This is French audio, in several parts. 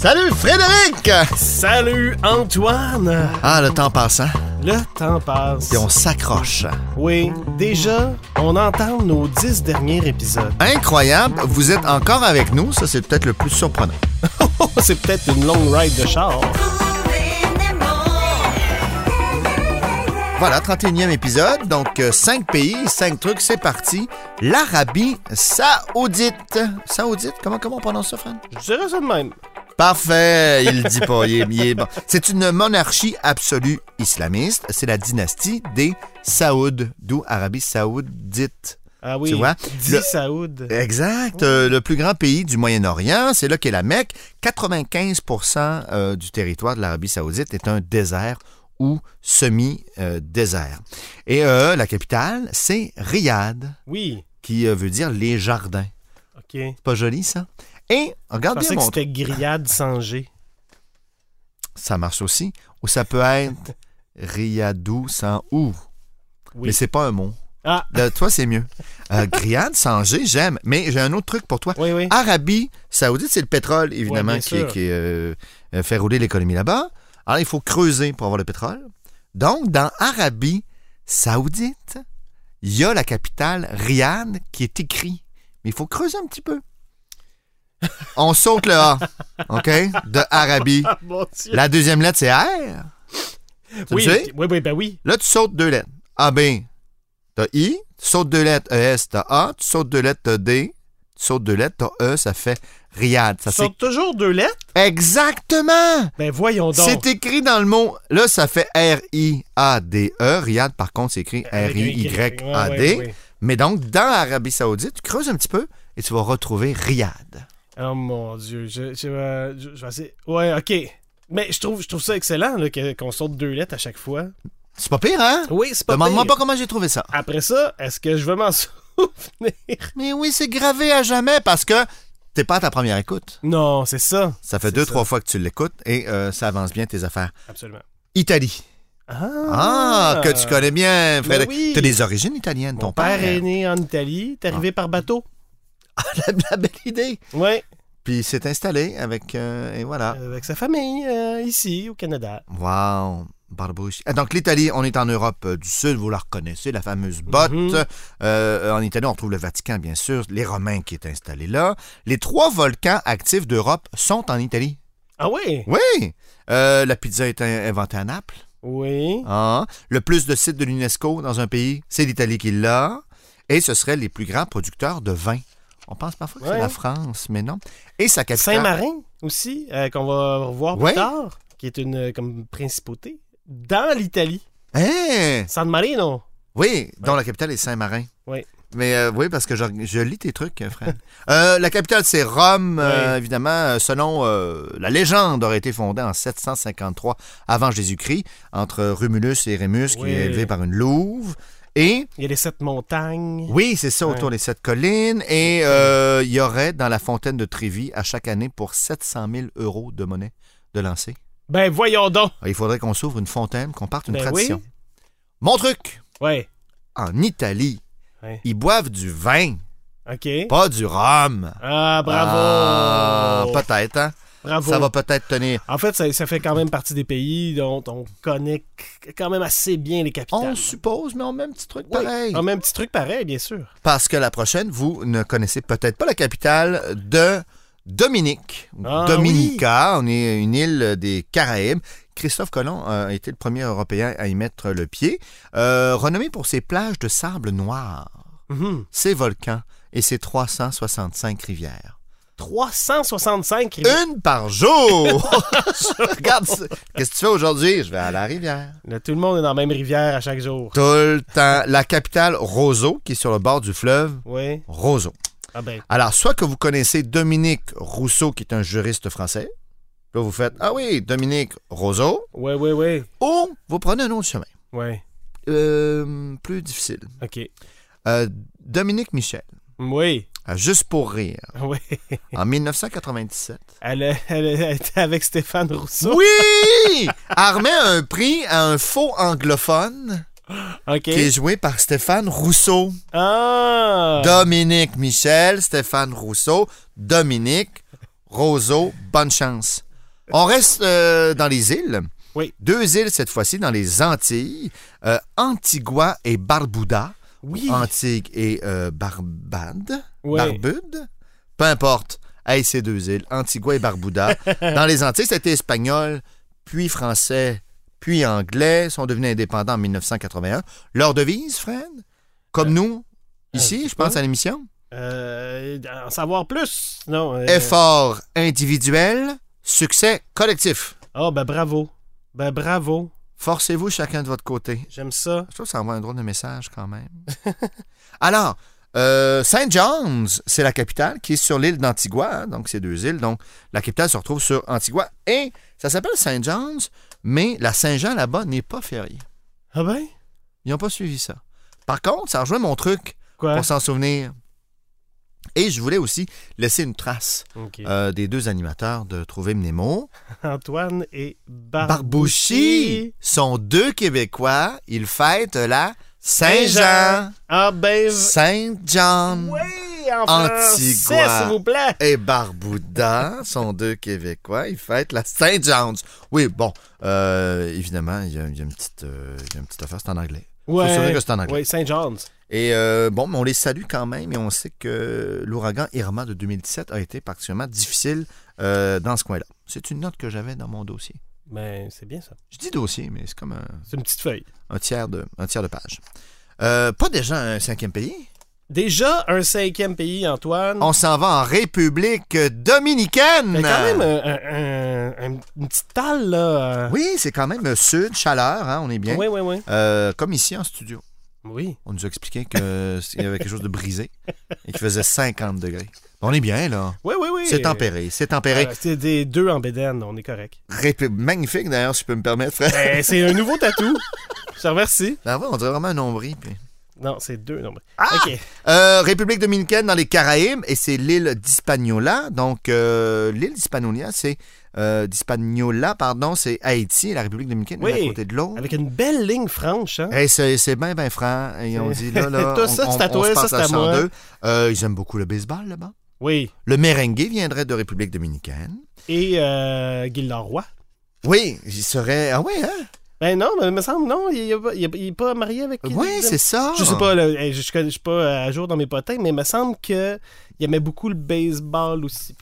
Salut Frédéric! Salut Antoine! Ah, le temps passant. Le temps passe. Et on s'accroche. Oui, déjà, on entend nos 10 derniers épisodes. Incroyable, vous êtes encore avec nous, ça c'est peut-être le plus surprenant. C'est peut-être une longue ride de char. Voilà, 31e épisode, donc 5 pays, 5 trucs, c'est parti. L'Arabie Saoudite. Saoudite, comment on prononce ça, Fran? Je dirais ça de même. Parfait, il le dit pas, il est bon. C'est une monarchie absolue islamiste, c'est la dynastie des Saouds, d'où Arabie Saoudite. Ah oui, tu vois? Saoud. Exact, le plus grand pays du Moyen-Orient, c'est là qu'est la Mecque. 95% du territoire de l'Arabie Saoudite est un désert ou semi-désert. Et la capitale, c'est Riyad. Oui. Qui veut dire les jardins. OK. C'est pas joli, ça? Et, regarde bien mon... Je mon... pensais que c'était grillade sans G. Ça marche aussi. Ou ça peut être Riyadou sans ou. Oui. Mais c'est pas un mot. Ah! Toi, c'est mieux. Grillade sans G, j'aime. Mais j'ai un autre truc pour toi. Oui. Arabie Saoudite, c'est le pétrole, évidemment, qui fait rouler l'économie là-bas. Alors, il faut creuser pour avoir le pétrole. Donc, dans Arabie Saoudite, il y a la capitale Riyad qui est écrit. Mais il faut creuser un petit peu. On saute le A, OK, de Arabie. Ah, mon Dieu. La deuxième lettre, c'est R. Oui, ben oui. Là, tu sautes 2 lettres. AB, t'as I. Tu sautes 2 lettres, ES, t'as A. Tu sautes 2 lettres, t'as D. Tu sautes 2 lettres, t'as E, ça fait Riyad. Ça saute toujours 2 lettres? Exactement! Ben voyons donc. C'est écrit dans le mot. Là, ça fait R-I-A-D-E. Riyad, par contre, c'est écrit R-I-Y-A-D. Oui. Mais donc, dans l'Arabie Saoudite, tu creuses un petit peu et tu vas retrouver Riyad. Oh mon Dieu, je vais essayer. Ouais, OK. Mais je trouve ça excellent là, qu'on saute 2 lettres à chaque fois. C'est pas pire, hein? Oui, c'est pas pire. Demande-moi pas comment j'ai trouvé ça. Après ça, est-ce que je vais m'en souvenir? Mais oui, c'est gravé à jamais parce que t'es pas à ta première écoute. Non, c'est ça. Ça fait 2-3 fois que tu l'écoutes et ça avance bien tes affaires. Absolument. Italie. Ah, que tu connais bien, Frédéric. Oui. T'as des origines italiennes, ton père. Mon père est né en Italie. T'es arrivé par bateau. Ah, la belle idée. Oui. Puis il s'est installé avec, et voilà. Avec sa famille, ici, au Canada. Wow. Barbouche. Donc, l'Italie, on est en Europe du Sud, vous la reconnaissez, la fameuse botte. En Italie, on retrouve le Vatican, bien sûr, les Romains qui est installé là. Les 3 volcans actifs d'Europe sont en Italie. Ah oui? Oui. La pizza est inventée à Naples. Oui. Ah. Le plus de sites de l'UNESCO dans un pays, c'est l'Italie qui l'a. Et ce seraient les plus grands producteurs de vin. On pense parfois que c'est la France, mais non. Et sa capitale... Saint-Marin aussi, qu'on va revoir plus tard, qui est une comme principauté, dans l'Italie. Hein? San Marino. Oui, dont la capitale est Saint-Marin. Oui. Mais oui, parce que je lis tes trucs, Fred. La capitale, c'est Rome, évidemment, selon la légende, aurait été fondée en 753 avant Jésus-Christ, entre Romulus et Rémus, qui est élevé par une louve. Et il y a les 7 montagnes. Oui, c'est ça, autour des 7 collines. Et il y aurait dans la fontaine de Trévi, à chaque année, pour 700 000 € de monnaie de lancer. Ben, voyons donc. Il faudrait qu'on s'ouvre une fontaine, qu'on parte une tradition. Oui. Mon truc! Oui. En Italie, ils boivent du vin. OK. Pas du rhum. Ah, bravo! Peut-être, hein? Bravo. Ça va peut-être tenir. En fait, ça fait quand même partie des pays dont on connaît quand même assez bien les capitales. On suppose, mais on met un petit truc pareil. On met un petit truc pareil, bien sûr. Parce que la prochaine, vous ne connaissez peut-être pas la capitale de Dominique. Dominica, on est une île des Caraïbes. Christophe Colomb a été le premier Européen à y mettre le pied. Renommé pour ses plages de sable noir, ses volcans et ses 365 rivières. 365 rivières. Une par jour! Regarde, qu'est-ce que tu fais aujourd'hui? Je vais à la rivière. Là, tout le monde est dans la même rivière à chaque jour. Tout le temps. La capitale, Roseau, qui est sur le bord du fleuve. Oui. Roseau. Ah ben. Alors, soit que vous connaissez Dominique Rousseau, qui est un juriste français. Là, vous faites, ah oui, Dominique Roseau. Oui. Ou vous prenez un autre chemin. Oui. Plus difficile. OK. Dominique Michel. Oui. Juste pour rire. Oui. En 1997. Elle était avec Stéphane Rousseau. Oui! Elle remet un prix à un faux anglophone qui est joué par Stéphane Rousseau. Ah! Dominique Michel, Stéphane Rousseau, Dominique Roseau, bonne chance. On reste dans les îles. Oui. 2 îles cette fois-ci dans les Antilles. Antigua et Barbuda. Oui. Antigua et Barbade. Oui. Barbude. Peu importe. Hey, ces 2 îles, Antigua et Barbuda. Dans les Antilles, c'était espagnol, puis français, puis anglais. Ils sont devenus indépendants en 1981. Leur devise, Fred? Comme nous, ici, je pense à l'émission? En savoir plus? Non. Effort individuel, succès collectif. Ah, ben bravo. Ben bravo. Forcez-vous chacun de votre côté. J'aime ça. Je trouve que ça envoie un drôle de message quand même. Alors, St. John's, c'est la capitale qui est sur l'île d'Antigua, donc c'est 2 îles. Donc, la capitale se retrouve sur Antigua et ça s'appelle St. John's, mais la Saint-Jean là-bas n'est pas fériée. Ah ben? Ils n'ont pas suivi ça. Par contre, ça rejoint mon truc pour s'en souvenir. Et je voulais aussi laisser une trace des 2 animateurs de Trouver Mnemo. Antoine et Barbouchi sont 2 Québécois. Ils fêtent la Saint-Jean. Ah ben... Saint-John. Oui, en français, s'il vous plaît. Et Barbuda sont 2 Québécois. Ils fêtent la Saint-John's. Oui, bon, évidemment, il y a une petite affaire, c'est en anglais. Ouais. Faut se dire que c'est en anglais. Oui, St. John's. Et bon, mais on les salue quand même et on sait que l'ouragan Irma de 2017 a été particulièrement difficile dans ce coin-là. C'est une note que j'avais dans mon dossier. Ben, c'est bien ça. Je dis dossier, mais c'est comme c'est une petite feuille. Un tiers de page. Pas déjà un 5e pays? Déjà un 5e pays, Antoine. On s'en va en République dominicaine. Il y a quand même une petite talle, là. Oui, c'est quand même sud, chaleur, hein, on est bien. Oui, oui, oui. Comme ici en studio. Oui. On nous a expliqué qu'il y avait quelque chose de brisé et qu'il faisait 50 degrés. On est bien, là. Oui, oui, oui. C'est tempéré, c'est tempéré. C'est des 2 en bédaine, on est correct. Magnifique, d'ailleurs, si je peux me permettre, frère. Ben, c'est un nouveau tatou. Je te remercie. Ben ouais, on dirait vraiment un nombril. Puis... Non, c'est 2 nombrils. Ah! OK. République dominicaine dans les Caraïbes, et c'est l'île d'Hispaniola. Donc, l'île d'Hispaniola, c'est c'est Haïti, et la République dominicaine est à côté de l'autre. Avec une belle ligne franche, hein? Hey, c'est bien, bien franc. Et on dit, là, toi, ça, c'est à toi, ça, c'est à moi. Ils aiment beaucoup le baseball, là-bas. Oui. Le merengue viendrait de République dominicaine. Et Gilles Roy. Oui, il serait... Ah oui, hein? Ben non, mais il me semble, non, il n'est pas marié avec... Oui, c'est ça. Je sais pas, là, je suis pas à jour dans mes potins, mais il me semble qu'il aimait beaucoup le baseball aussi.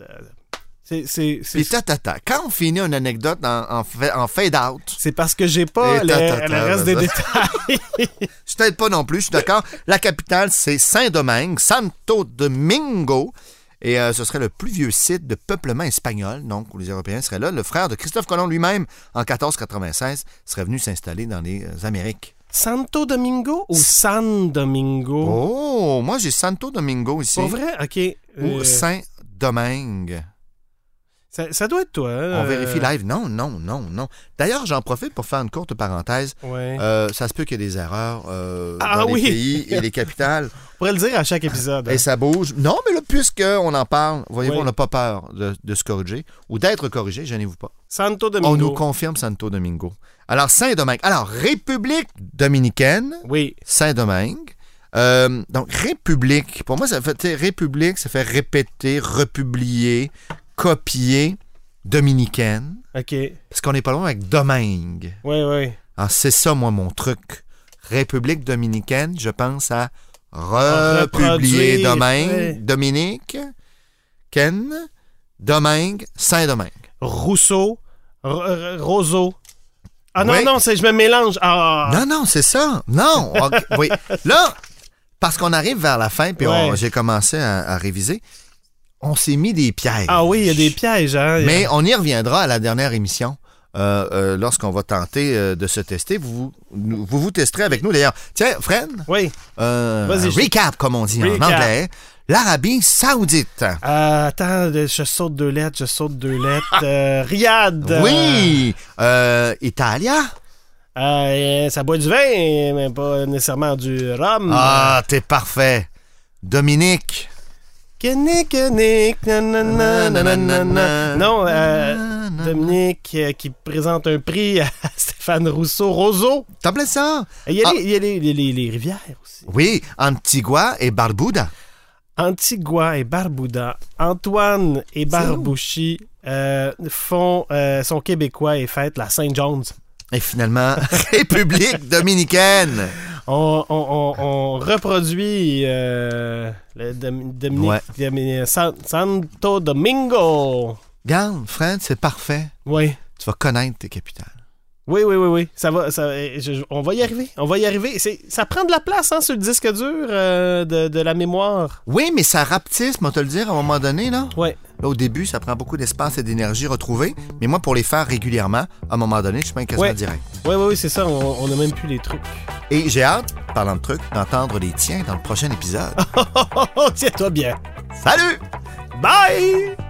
Puis quand on finit une anecdote en fade-out... C'est parce que j'ai pas le reste des détails. Je t'aide pas non plus, je suis d'accord. La capitale, c'est Saint-Domingue, Santo Domingo. Et ce serait le plus vieux site de peuplement espagnol, donc où les Européens seraient là. Le frère de Christophe Colomb lui-même, en 1496, serait venu s'installer dans les Amériques. Santo Domingo ou San Domingo? Oh, moi j'ai Santo Domingo ici. Pour vrai? OK. Ou Saint-Domingue. Ça doit être toi. On vérifie live. Non. D'ailleurs, j'en profite pour faire une courte parenthèse. Ouais. Ça se peut qu'il y ait des erreurs dans les pays et les capitales. On pourrait le dire à chaque épisode. Et ça bouge. Non, mais là, puisqu'on en parle, voyez-vous, on n'a pas peur de se corriger ou d'être corrigé, gênez-vous pas. Santo Domingo. On nous confirme Santo Domingo. Alors, Saint-Domingue. Alors, République dominicaine. Oui. Saint-Domingue. Donc, République. Pour moi, ça fait République, ça fait répéter, republier, copier, dominicaine. OK. Parce qu'on n'est pas loin avec Domingue. Oui. Alors, c'est ça, moi, mon truc. République dominicaine, je pense à republier Domingue, Dominique, Ken, Domingue, Saint-Domingue. Rousseau, Roseau. Ah non, oui. non, je me mélange. Ah. Non, c'est ça. Non. Okay, oui. Là, parce qu'on arrive vers la fin, puis j'ai commencé à réviser, on s'est mis des pièges. Ah oui, il y a des pièges. Hein? Mais on y reviendra à la dernière émission. Lorsqu'on va tenter de se tester, vous testerez avec nous. D'ailleurs, tiens, Fred, oui. Recap, comme on dit en anglais. L'Arabie Saoudite. Attends, je saute 2 lettres. Riyad. Oui. Italia. Ça boit du vin, mais pas nécessairement du rhum. Ah, t'es parfait. Dominique. Non, Dominique qui présente un prix à Stéphane Rousseau. T'appelais ça? Il y a les rivières aussi. Oui, Antigua et Barbuda. Antigua et Barbuda, Antoine et Barbouchi sont québécois et fêtent la Saint-John's. Et finalement, République dominicaine. On reproduit Santo Domingo. Regarde, Fred, c'est parfait. Oui. Tu vas connaître tes capitales. Oui. On va y arriver. Ça prend de la place sur le disque dur de la mémoire. Oui, mais ça rapetisse, on va te le dire, à un moment donné. Là. Oui. Là, au début, ça prend beaucoup d'espace et d'énergie retrouvée. Mais moi, pour les faire régulièrement, à un moment donné, je suis quasiment direct. Oui, c'est ça. On n'a même plus les trucs. Et j'ai hâte, parlant de trucs, d'entendre les tiens dans le prochain épisode. Tiens-toi bien. Salut! Bye!